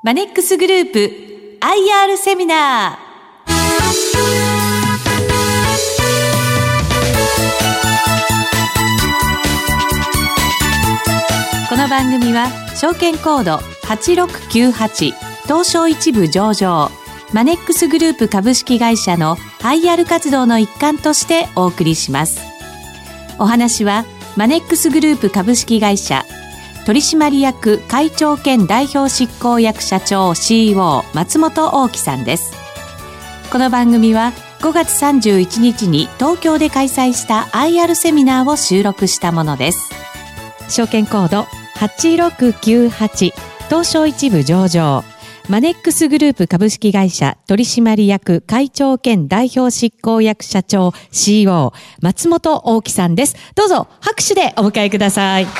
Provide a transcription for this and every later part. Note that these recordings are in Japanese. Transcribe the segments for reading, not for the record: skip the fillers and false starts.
マネックスグループ IR セミナー。この番組は証券コード8698東証一部上場マネックスグループ株式会社の IR 活動の一環としてお送りします。お話はマネックスグループ株式会社取締役会長兼代表執行役社長 CEO 松本大樹さんです。この番組は5月31日に東京で開催した IR セミナーを収録したものです。証券コード8698東証一部上場マネックスグループ株式会社取締役会長兼代表執行役社長 CEO 松本大樹さんです。どうぞ拍手でお迎えください。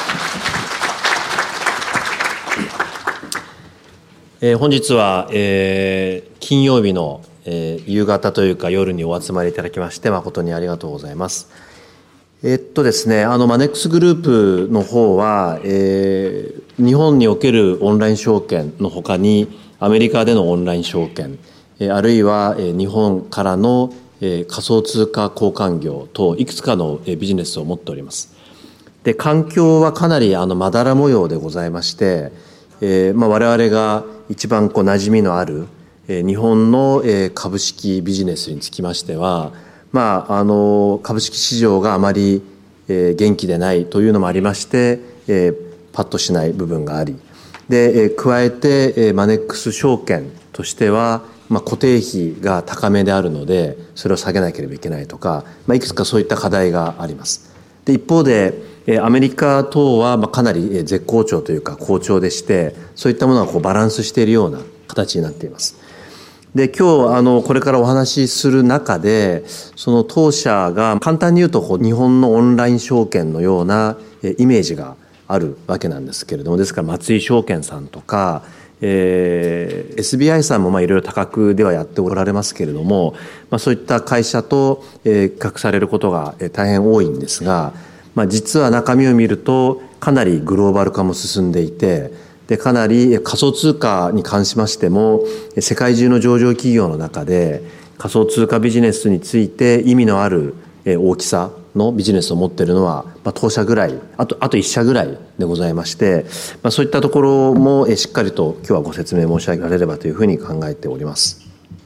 本日は、金曜日の、夕方というか夜にお集まりいただきまして誠にありがとうございます。ですね、マネックスグループの方は、日本におけるオンライン証券のほかにアメリカでのオンライン証券、あるいは、日本からの、仮想通貨交換業等いくつかの、ビジネスを持っております。で、環境はかなりまだら模様でございまして、我々が一番馴染みのある、日本の、株式ビジネスにつきましては、株式市場があまり、元気でないというのもありまして、パッとしない部分があり、で、加えて、マネックス証券としては、固定費が高めであるので、それを下げなければいけないとか、いくつかそういった課題があります。で、一方で、アメリカ等はかなり絶好調というか好調でして、そういったものがバランスしているような形になっています。で、今日これからお話しする中で、その当社が簡単に言うと日本のオンライン証券のようなイメージがあるわけなんですけれども、ですから松井証券さんとか、SBI さんもいろいろ多角ではやっておられますけれども、そういった会社と比較されることが大変多いんですが、実は中身を見るとかなりグローバル化も進んでいて、でかなり仮想通貨に関しましても世界中の上場企業の中で仮想通貨ビジネスについて意味のある大きさのビジネスを持っているのは当社ぐらい、あと1社ぐらいでございまして、そういったところもしっかりと今日はご説明申し上げられればというふうに考えております。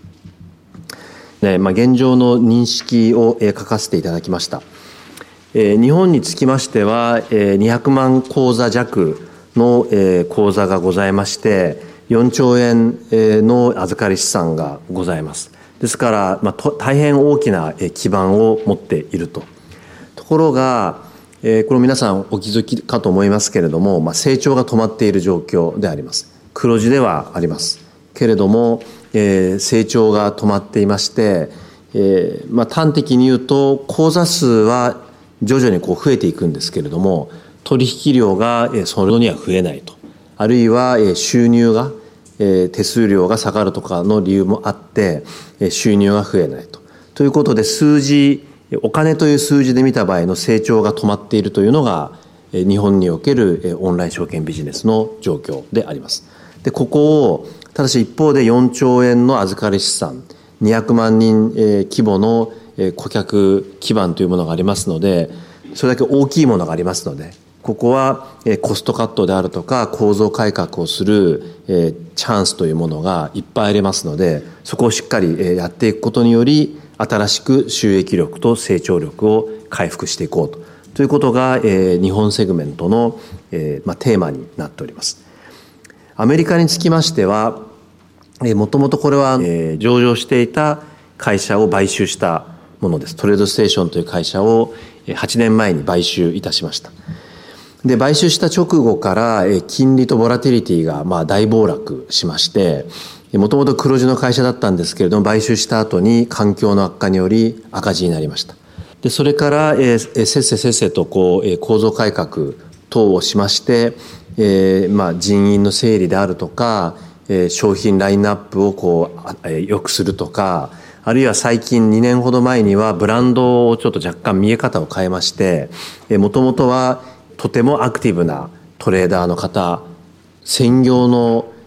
現状の認識を書かせていただきました。日本につきましては200万口座弱の口座がございまして、4兆円の預かり資産がございます。ですから大変大きな基盤を持っていると。ところがこれ皆さんお気づきかと思いますけれども、成長が止まっている状況であります。黒字ではありますけれども、成長が止まっていまして、端的に言うと口座数は徐々に増えていくんですけれども、取引量がそれには増えないと、あるいは収入が手数料が下がるとかの理由もあって収入が増えないということで、数字、お金という数字で見た場合の成長が止まっているというのが日本におけるオンライン証券ビジネスの状況であります。で、ここをただし一方で4兆円の預かり資産、200万人規模の顧客基盤というものがありますので、それだけ大きいものがありますので、ここはコストカットであるとか構造改革をするチャンスというものがいっぱいありますので、そこをしっかりやっていくことにより新しく収益力と成長力を回復していこうということが日本セグメントのテーマになっております。アメリカにつきましてはもともとこれは上場していた会社を買収したものです。トレードステーションという会社を8年前に買収いたしました。で、買収した直後から金利とボラティリティが大暴落しまして、もともと黒字の会社だったんですけれども、買収した後に環境の悪化により赤字になりました。で、それからせっせと構造改革等をしまして、人員の整理であるとか、商品ラインナップを良くするとか、あるいは最近2年ほど前にはブランドをちょっと若干見え方を変えまして、もともとはとてもアクティブなトレーダーの方専業の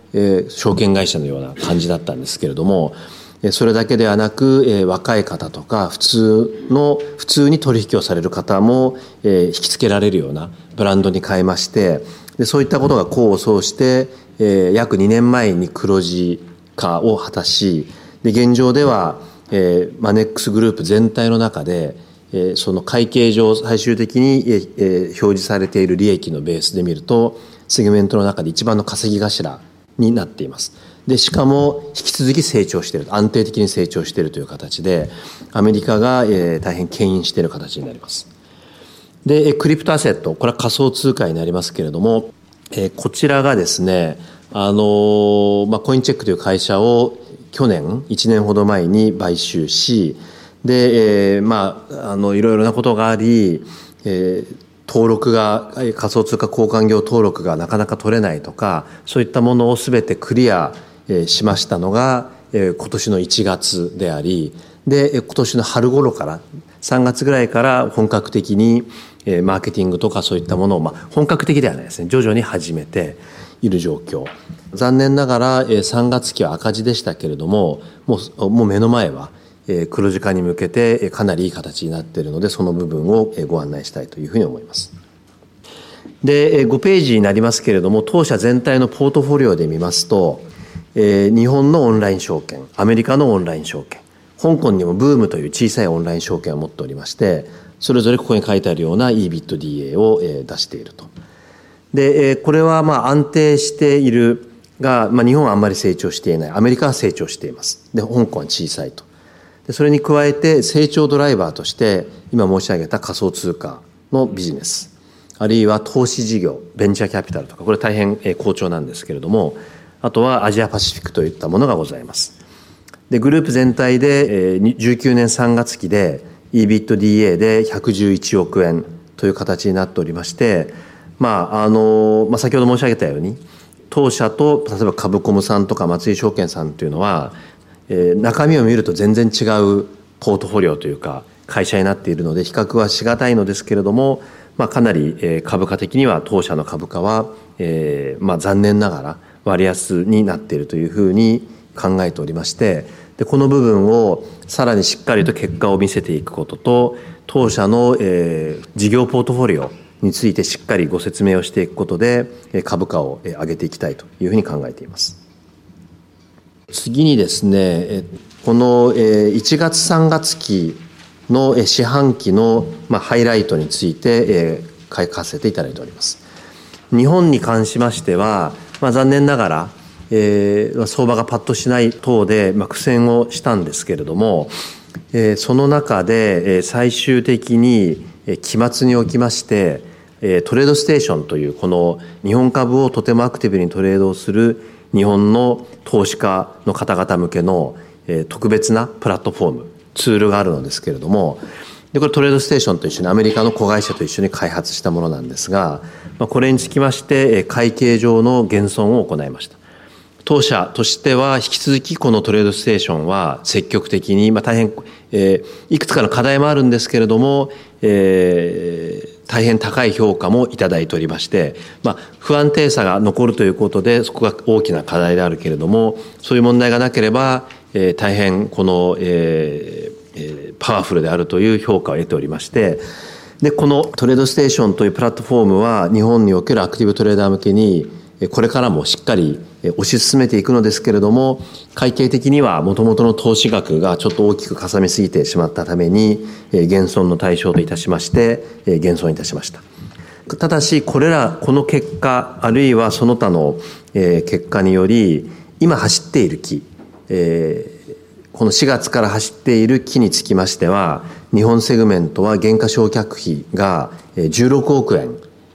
証券会社のような感じだったんですけれども、それだけではなく、若い方とか普通に取引をされる方も、引きつけられるようなブランドに変えまして、でそういったことが功を奏して、約2年前に黒字化を果たし、で現状では、マネックスグループ全体の中で、その会計上最終的に、表示されている利益のベースで見るとセグメントの中で一番の稼ぎ頭になっています。でしかも引き続き成長している、安定的に成長しているという形でアメリカが、大変牽引している形になります。でクリプトアセット、これは仮想通貨になりますけれども、こちらがですね、コインチェックという会社を去年1年ほど前に買収し、で、いろいろなことがあり、登録が仮想通貨交換業登録がなかなか取れないとか、そういったものをすべてクリアしましたのが今年の1月であり、で今年の春頃から3月ぐらいから本格的にマーケティングとかそういったものを、本格的ではないですね、徐々に始めている状況。残念ながら3月期は赤字でしたけれども、もう目の前は黒字化に向けてかなりいい形になっているので、その部分をご案内したいというふうに思います。で5ページになりますけれども、当社全体のポートフォリオで見ますと、日本のオンライン証券、アメリカのオンライン証券、香港にもブームという小さいオンライン証券を持っておりまして、それぞれここに書いてあるような EBITDA を出していると。でこれは安定しているが、日本はあんまり成長していない、アメリカは成長しています。で香港は小さいと。でそれに加えて成長ドライバーとして今申し上げた仮想通貨のビジネス、あるいは投資事業、ベンチャーキャピタルとか、これ大変好調なんですけれども、あとはアジアパシフィックといったものがございます。でグループ全体で19年3月期で EBITDA で111億円という形になっておりまして、先ほど申し上げたように当社と例えば株コムさんとか松井証券さんというのは、中身を見ると全然違うポートフォリオというか会社になっているので比較はしがたいのですけれども、かなり株価的には当社の株価は、残念ながら割安になっているというふうに考えておりまして、でこの部分をさらにしっかりと結果を見せていくことと、当社の、事業ポートフォリオについてしっかりご説明をしていくことで株価を上げていきたいというふうに考えています。次にですね、この1月3月期の四半期のハイライトについて書かせていただいております。日本に関しましては、残念ながら相場がパッとしない等で苦戦をしたんですけれども、その中で最終的に期末におきましてトレードステーションというこの日本株をとてもアクティブにトレードをする日本の投資家の方々向けの特別なプラットフォーム、ツールがあるのですけれども、でこれトレードステーションと一緒にアメリカの子会社と一緒に開発したものなんですが、これにつきまして会計上の減損を行いました。当社としては引き続きこのトレードステーションは積極的に、大変、いくつかの課題もあるんですけれども、大変高い評価もいただいておりまして、不安定さが残るということでそこが大きな課題であるけれども、そういう問題がなければ、大変この、パワフルであるという評価を得ておりまして、でこのトレードステーションというプラットフォームは日本におけるアクティブトレーダー向けにこれからもしっかり推し進めていくのですけれども、会計的には元々の投資額がちょっと大きくかさみすぎてしまったために減損の対象といたしまして減損いたしました。ただしこの結果あるいはその他の結果により今走っている期、この4月から走っている期につきましては日本セグメントは減価償却費が16億円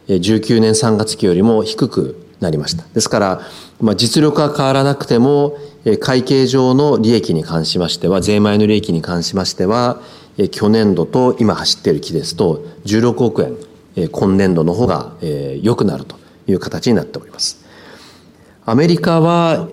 19年3月期よりも低くなりました。ですから、実力が変わらなくても会計上の利益に関しましては、税前の利益に関しましては去年度と今走っている期ですと16億円今年度の方が良くなるという形になっております。アメリカは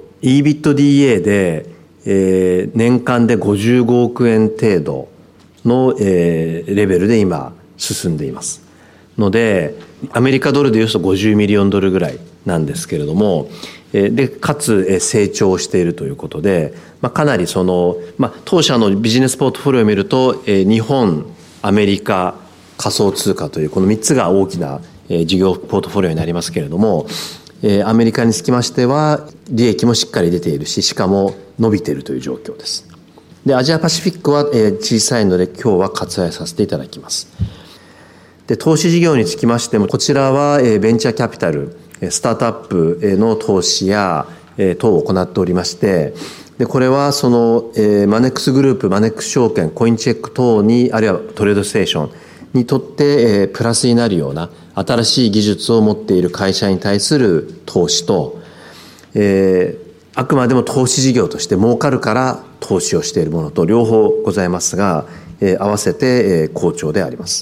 EBITDA で年間で55億円程度のレベルで今進んでいますので、アメリカドルでいうと50ミリオンドルぐらいなんですけれども、 で、かつ成長しているということで、かなり当社のビジネスポートフォリオを見ると、日本、アメリカ、仮想通貨というこの3つが大きな事業ポートフォリオになりますけれども、アメリカにつきましては利益もしっかり出ているし、しかも伸びているという状況です。で、アジアパシフィックは小さいので今日は割愛させていただきます。で、投資事業につきましても、こちらはベンチャーキャピタル、スタートアップの投資や等を行っておりまして、で、これはマネックスグループ、マネックス証券、コインチェック等に、あるいはトレードステーションにとってプラスになるような新しい技術を持っている会社に対する投資と、あくまでも投資事業として儲かるから投資をしているものと両方ございますが、合わせて好調であります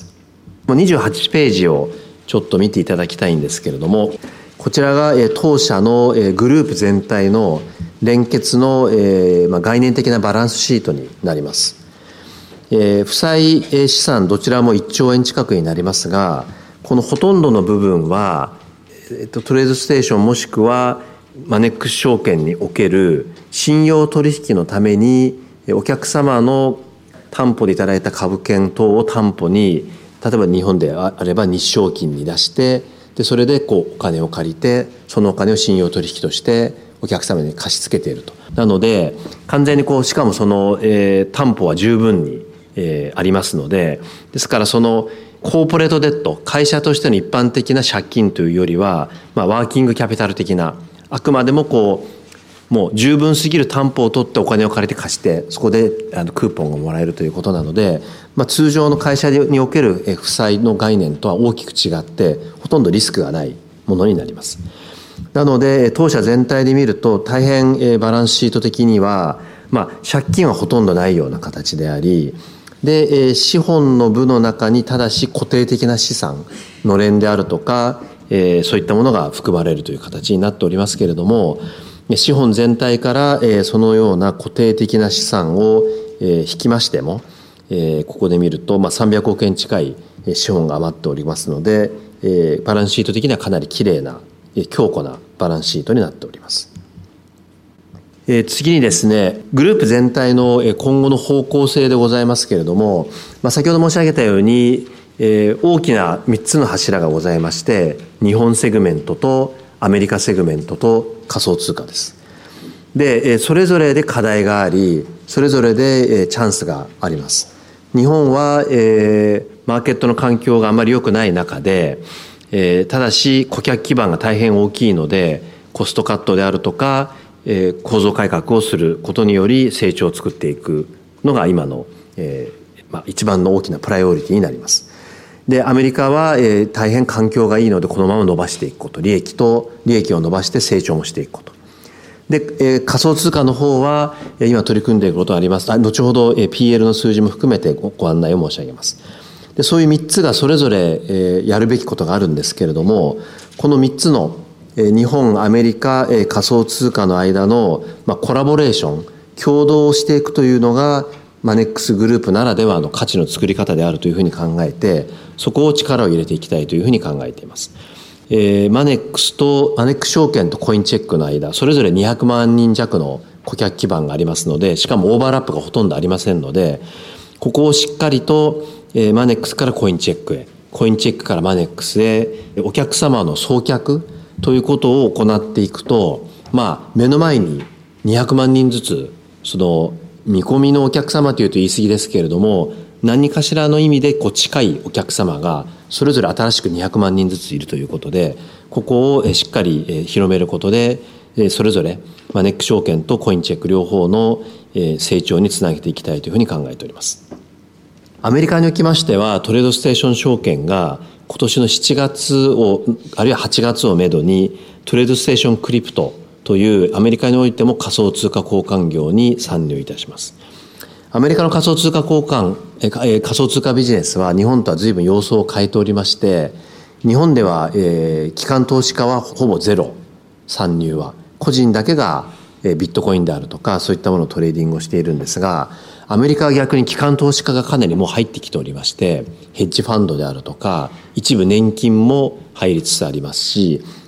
。28ページをちょっと見ていただきたいんですけれども、こちらが当社のグループ全体の連結の概念的なバランスシートになります。負債資産どちらも1兆円近くになりますが、このほとんどの部分はトレードステーションもしくはマネックス証券における信用取引のためにお客様の担保でいただいた株券等を担保に、例えば日本であれば日証金に出して、でそれでお金を借りて、そのお金を信用取引としてお客様に貸し付けていると。なので完全にしかも担保は十分にありますので、ですからコーポレートデット、会社としての一般的な借金というよりは、ワーキングキャピタル的な、あくまでももう十分すぎる担保を取ってお金を借りて貸して、そこでクーポンがもらえるということなので、通常の会社における負債の概念とは大きく違って、ほとんどリスクがないものになります。なので、当社全体で見ると大変バランスシート的には、借金はほとんどないような形であり、で、資本の部の中にただし固定的な資産、のれんであるとか、そういったものが含まれるという形になっておりますけれども、資本全体からそのような固定的な資産を引きましても、ここで見ると300億円近い資本が余っておりますので、バランスシート的にはかなりきれいな強固なバランスシートになっております。次にですね、グループ全体の今後の方向性でございますけれども、先ほど申し上げたように大きな3つの柱がございまして、日本セグメントとアメリカセグメントと仮想通貨です。で、それぞれで課題があり、それぞれでチャンスがあります。日本はマーケットの環境があまり良くない中で、ただし顧客基盤が大変大きいので、コストカットであるとか構造改革をすることにより成長を作っていくのが今の一番の大きなプライオリティになります。で、アメリカは大変環境がいいのでこのまま伸ばしていくこと、利益を伸ばして成長もしていくこと。で、仮想通貨の方は今取り組んでいることがあります。後ほど PL の数字も含めてご案内を申し上げます。で、そういう3つがそれぞれやるべきことがあるんですけれども、この3つの日本、アメリカ、仮想通貨の間のコラボレーション、共同をしていくというのがマネックスグループならではの価値の作り方であるというふうに考えて、そこを力を入れていきたいというふうに考えています。マネックス証券とコインチェックの間、それぞれ200万人弱の顧客基盤がありますので、しかもオーバーラップがほとんどありませんので、ここをしっかりとマネックスからコインチェックへ、コインチェックからマネックスへ、お客様の送客ということを行っていくと、目の前に200万人ずつ、見込みのお客様というと言い過ぎですけれども、何かしらの意味で近いお客様がそれぞれ新しく200万人ずついるということで、ここをしっかり広めることで、それぞれマネック証券とコインチェック両方の成長につなげていきたいというふうに考えております。アメリカにおきましては、トレードステーション証券が今年の7月あるいは8月をめどにトレードステーションクリプトというアメリカにおいても仮想通貨交換業に参入いたします。アメリカの仮想通貨仮想通貨ビジネスは日本とは随分様相を変えておりまして、日本では機関投資家はほぼゼロ、参入は個人だけがビットコインであるとかそういったものをトレーディングをしているんですが、アメリカは逆に機関投資家がかなりもう入ってきておりまして、ヘッジファンドであるとか一部年金も入りつつありますし、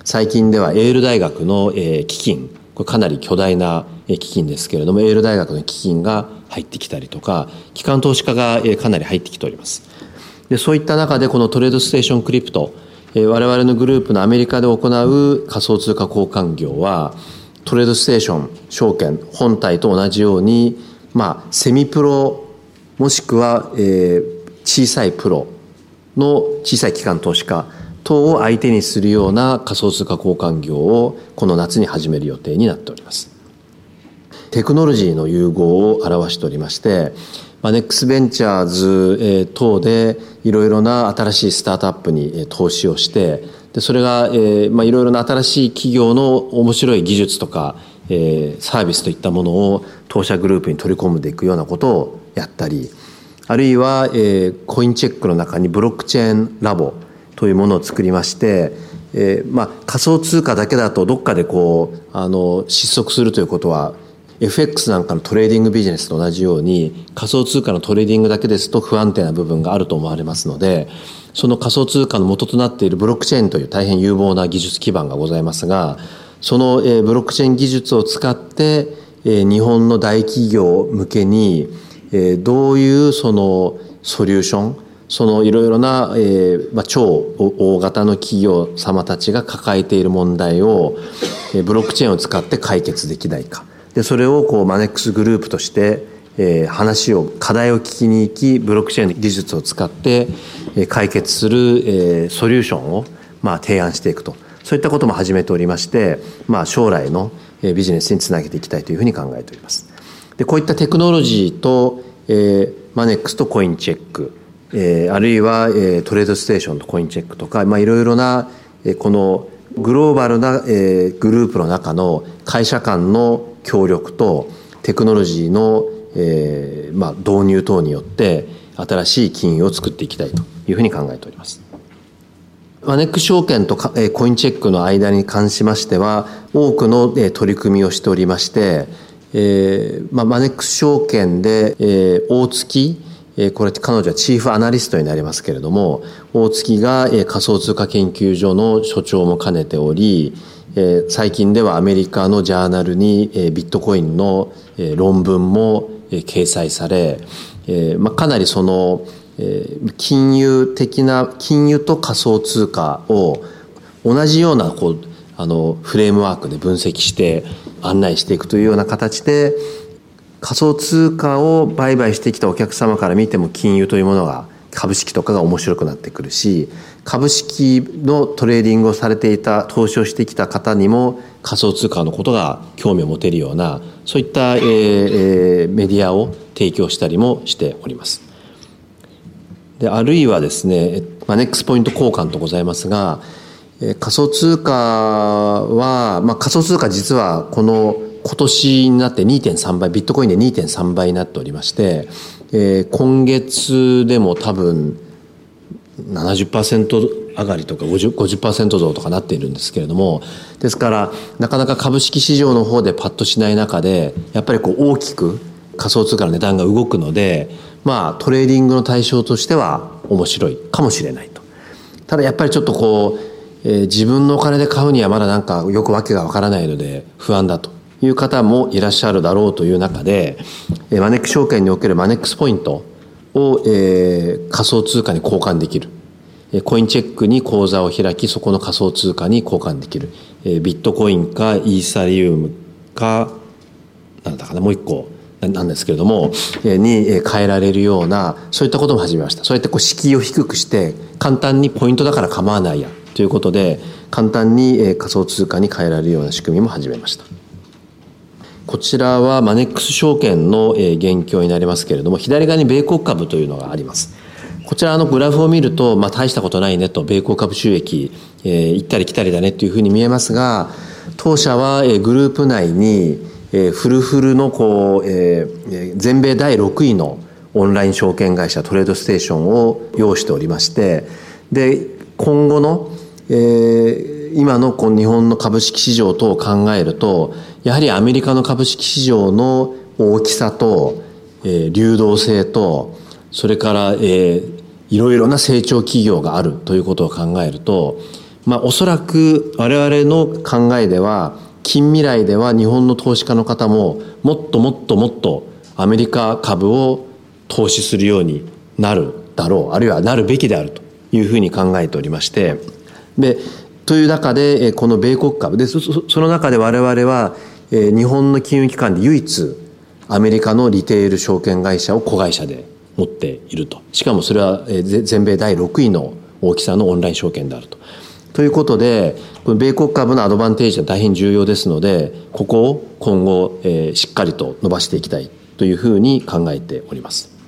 最近ではエール大学の基金、これかなり巨大な基金ですけれども、エール大学の基金が入ってきたりとか、機関投資家がかなり入ってきております。で、そういった中でこのトレードステーションクリプト、我々のグループのアメリカで行う仮想通貨交換業は、トレードステーション証券本体と同じように、セミプロもしくは、小さいプロの小さい機関投資家等を相手にするような仮想通貨交換業をこの夏に始める予定になっております。テクノロジーの融合を表しておりまして、マネックスベンチャーズ等でいろいろな新しいスタートアップに投資をして、でそれがいろいろな新しい企業の面白い技術とかサービスといったものを当社グループに取り込んでいくようなことをやったり、あるいはコインチェックの中にブロックチェーンラボというものを作りまして、仮想通貨だけだとどっかで失速するということはFX なんかのトレーディングビジネスと同じように仮想通貨のトレーディングだけですと不安定な部分があると思われますので、その仮想通貨の元となっているブロックチェーンという大変有望な技術基盤がございますが、そのブロックチェーン技術を使って日本の大企業向けにどういうそのソリューション、そのいろいろな超大型の企業様たちが抱えている問題をブロックチェーンを使って解決できないか。でそれをマネックスグループとして課題を聞きに行き、ブロックチェーンの技術を使って解決するソリューションを提案していくと、そういったことも始めておりまして、将来のビジネスにつなげていきたいというふうに考えております。でこういったテクノロジーとマネックスとコインチェック、あるいはトレードステーションとコインチェックとか、いろいろなこのグローバルなグループの中の会社間の協力とテクノロジーの導入等によって新しい金融を作っていきたいというふうに考えております。マネックス証券とコインチェックの間に関しましては多くの取り組みをしておりまして、マネックス証券で大月、これ彼女はチーフアナリストになりますけれども、大月が仮想通貨研究所の所長も兼ねており、最近ではアメリカのジャーナルにビットコインの論文も掲載され、かなりその金融と仮想通貨を同じようなフレームワークで分析して案内していくというような形で、仮想通貨を売買してきたお客様から見ても金融というものが、株式とかが面白くなってくるし、株式のトレーディングをされていた、投資をしてきた方にも仮想通貨のことが興味を持てるような、そういったメディアを提供したりもしております。であるいはですね、マネックスポイント交換とございますが、仮想通貨は、仮想通貨実は今年になって 2.3 倍、ビットコインで 2.3 倍になっておりまして、今月でも多分 70% 上がりとか 50% 増とかなっているんですけれども、ですからなかなか株式市場の方でパッとしない中で、やっぱり大きく仮想通貨の値段が動くので、トレーディングの対象としては面白いかもしれないと。ただやっぱりちょっと自分のお金で買うにはまだなんかよくわけがわからないので不安だという方もいらっしゃるだろうという中で、マネックス証券におけるマネックスポイントを仮想通貨に交換できる。コインチェックに口座を開き、そこの仮想通貨に交換できる。ビットコインかイーサリウムか、なんだかな、もう一個なんですけれども、に変えられるような、そういったことも始めました。そうやって敷居を低くして、簡単にポイントだから構わないやということで、簡単に仮想通貨に変えられるような仕組みも始めました。こちらはマネックス証券の現況になりますけれども、左側に米国株というのがあります。こちらグラフを見ると、大したことないねと、米国株収益、行ったり来たりだねというふうに見えますが、当社はグループ内にフルフルの全米第6位のオンライン証券会社トレードステーションを擁しておりまして、で今後の今の日本の株式市場等を考えると、やはりアメリカの株式市場の大きさと流動性と、それからいろいろな成長企業があるということを考えると、 おそらく我々の考えでは近未来では日本の投資家の方ももっともっともっとアメリカ株を投資するようになるだろう、あるいはなるべきであるというふうに考えておりまして、でという中でこの米国株で、その中で我々は日本の金融機関で唯一アメリカのリテール証券会社を子会社で持っていると。しかもそれは全米第6位の大きさのオンライン証券であると。ということで、この米国株のアドバンテージは大変重要ですので、ここを今後しっかりと伸ばしていきたいというふうに考えております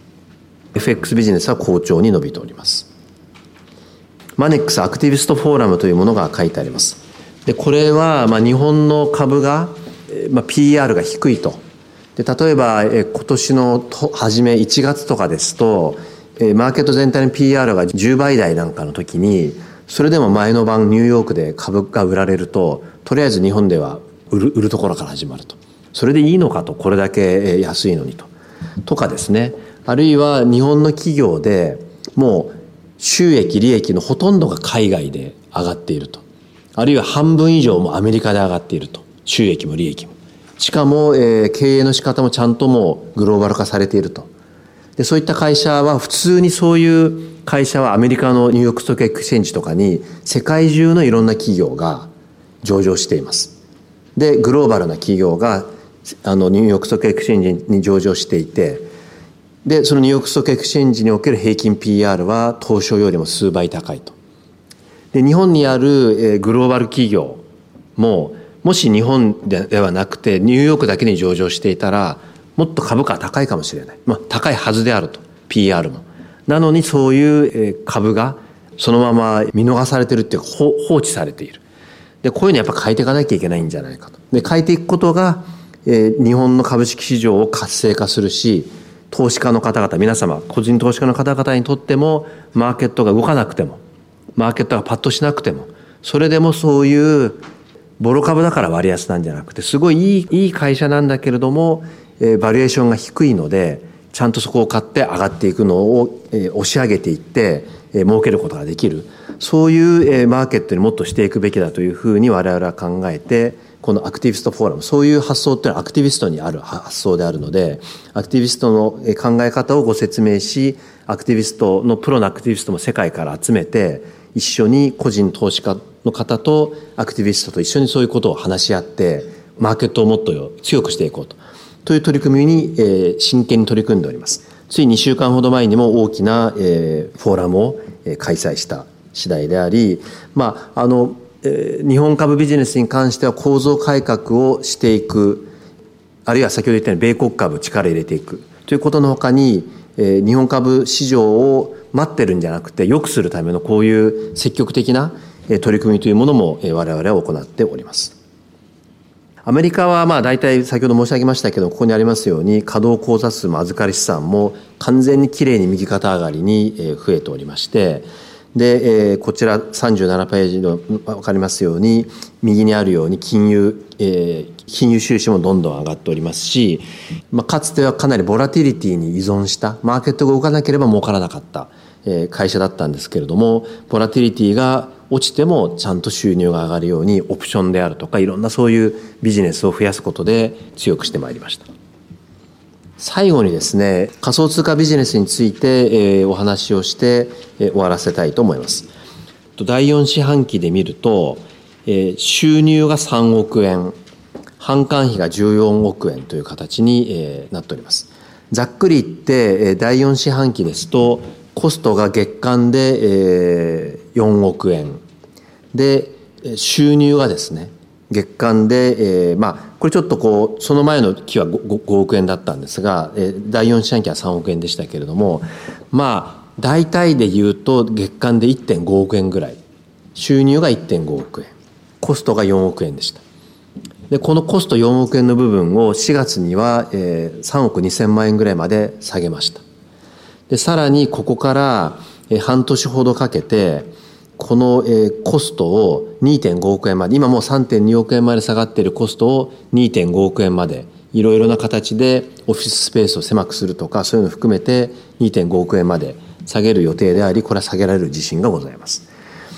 。FX ビジネスは好調に伸びております。マネックスアクティビストフォーラムというものが書いてあります。で、これは日本の株がPR が低いと。で、例えば今年の初め1月とかですと、マーケット全体の PR が10倍台なんかの時に、それでも前の晩ニューヨークで株が売られると、とりあえず日本では売るところから始まると。それでいいのかと、これだけ安いのにとかですね。あるいは日本の企業でもう収益利益のほとんどが海外で上がっていると。あるいは半分以上もアメリカで上がっていると。収益も利益も。しかも、経営の仕方もちゃんともうグローバル化されていると。で、そういった会社は普通にそういう会社はアメリカのニューヨークストックエクスチェンジとかに世界中のいろんな企業が上場しています。で、グローバルな企業がニューヨークストックエクスチェンジに上場していて、で、そのニューヨークストックエクスチェンジにおける平均 PR は東証よりも数倍高いと。で、日本にあるグローバル企業も、もし日本ではなくてニューヨークだけに上場していたら、もっと株価は高いかもしれない。高いはずであると。PR も。なのにそういう株がそのまま見逃されてるっていうか放置されている。で、こういうのやっぱ変えていかなきゃいけないんじゃないかと。で、変えていくことが日本の株式市場を活性化するし、投資家の方々、皆様、個人投資家の方々にとっても、マーケットが動かなくても、マーケットがパッとしなくても、それでもそういうボロ株だから割安なんじゃなくて、すごいいい会社なんだけれども、バリエーションが低いので、ちゃんとそこを買って上がっていくのを押し上げていって、儲けることができる。そういうマーケットにもっとしていくべきだというふうに我々は考えて、このアクティビストフォーラム、そういう発想っていうのはアクティビストにある発想であるので、アクティビストの考え方をご説明し、アクティビストのプロのアクティビストも世界から集めて、一緒に個人投資家の方とアクティビストと一緒にそういうことを話し合って、マーケットをもっと強くしていこうという取り組みに真剣に取り組んでおります。つい2週間ほど前にも大きなフォーラムを開催した次第であり、日本株ビジネスに関しては構造改革をしていく、あるいは先ほど言ったように米国株力入れていくということのほかに、日本株市場を待ってるんじゃなくて良くするためのこういう積極的な取り組みというものも我々は行っております。アメリカは大体先ほど申し上げましたけど、ここにありますように稼働口座数も預かり資産も完全にきれいに右肩上がりに増えておりまして、で、こちら37ページのわかりますように、右にあるように金融収支もどんどん上がっておりますし、かつてはかなりボラティリティに依存した、マーケットが動かなければ儲からなかった会社だったんですけれども、ボラティリティが落ちてもちゃんと収入が上がるようにオプションであるとかいろんなそういうビジネスを増やすことで強くしてまいりました。最後にですね、仮想通貨ビジネスについてお話をして終わらせたいと思います。第4四半期で見ると収入が3億円、販管費が14億円という形になっております。ざっくり言って第4四半期ですとコストが月間で4億円で、収入がですね月間でこれちょっとその前の期は 5億円だったんですが、第4四半期は3億円でしたけれども、大体で言うと月間で 1.5 億円ぐらい、収入が 1.5 億円、コストが4億円でした。でこのコスト4億円の部分を4月には3億2000万円ぐらいまで下げました。でさらにここから半年ほどかけてこのコストを 2.5 億円まで、今もう 3.2 億円まで下がっているコストを 2.5 億円までいろいろな形でオフィススペースを狭くするとかそういうのを含めて 2.5 億円まで下げる予定であり、これは下げられる自信がございます。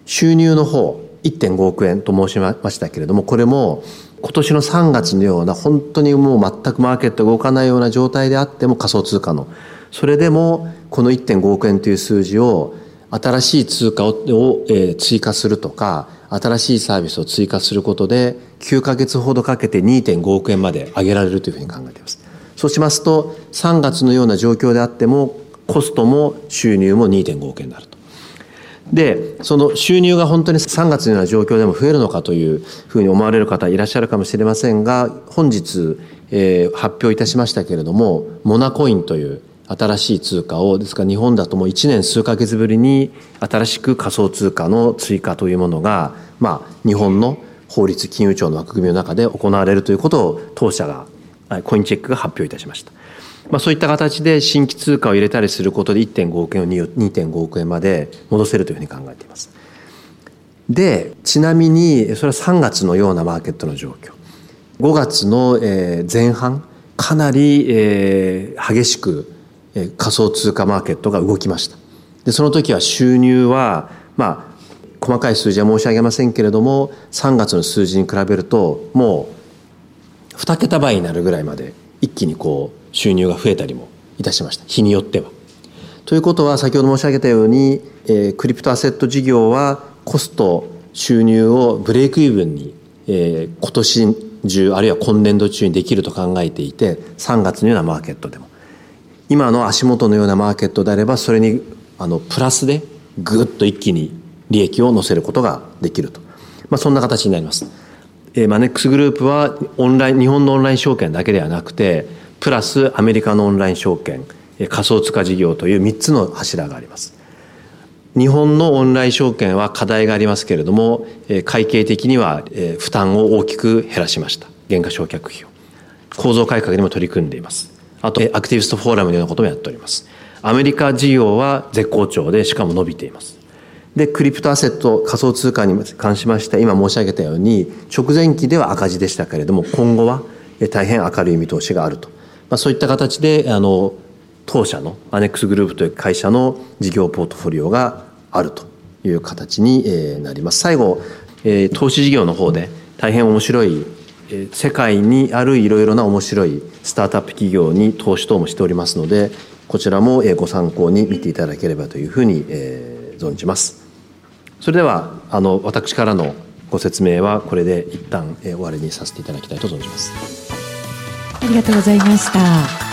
収入の方 1.5 億円と申しましたけれども、これも今年の3月のような本当にもう全くマーケットが動かないような状態であっても、仮想通貨のそれでもこの 1.5 億円という数字を新しい通貨を追加するとか、新しいサービスを追加することで9ヶ月ほどかけて 2.5 億円まで上げられるというふうに考えています。そうしますと3月のような状況であってもコストも収入も 2.5 億円になると。で、その収入が本当に3月のような状況でも増えるのかというふうに思われる方いらっしゃるかもしれませんが、本日、発表いたしましたけれども、モナコインという新しい通貨を、ですから日本だともう1年数ヶ月ぶりに新しく仮想通貨の追加というものが、日本の法律金融庁の枠組みの中で行われるということを当社がコインチェックが発表いたしました。そういった形で新規通貨を入れたりすることで 1.5 億円を 2.5 億円まで戻せるというふうに考えています。で、ちなみにそれは3月のようなマーケットの状況。5月の前半、かなり激しく仮想通貨マーケットが動きました。で、その時は収入は細かい数字は申し上げませんけれども、3月の数字に比べるともう2桁倍になるぐらいまで一気に収入が増えたりもいたしました。日によっては。ということは先ほど申し上げたように、クリプトアセット事業はコスト収入をブレイクイーブンに、今年中あるいは今年度中にできると考えていて、3月のようなマーケットでも今の足元のようなマーケットであればそれにプラスでぐっと一気に利益を乗せることができると、そんな形になります。マネックスグループは日本のオンライン証券だけではなくて、プラスアメリカのオンライン証券、仮想通貨事業という3つの柱があります。日本のオンライン証券は課題がありますけれども、会計的には負担を大きく減らしました。減価償却費を。構造改革にも取り組んでいます。あとアクティビストフォーラムのようなこともやっております。アメリカ事業は絶好調で、しかも伸びています。で、クリプトアセット仮想通貨に関しまして、今申し上げたように直前期では赤字でしたけれども、今後は大変明るい見通しがあると、そういった形で当社のマネックスグループという会社の事業ポートフォリオがあるという形になります。最後、投資事業の方で大変面白い、世界にあるいろいろな面白いスタートアップ企業に投資等もしておりますので、こちらもご参考に見ていただければというふうに存じます。それでは私からのご説明はこれで一旦終わりにさせていただきたいと存じます。 ありがとうございました。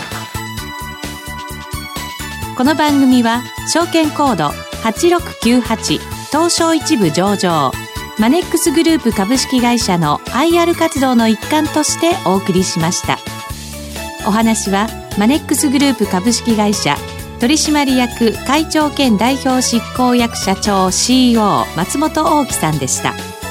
この番組は証券コード8698東証一部上場マネックスグループ株式会社の IR 活動の一環としてお送りしました。お話はマネックスグループ株式会社取締役会長兼代表執行役社長 CEO 松本大樹さんでした。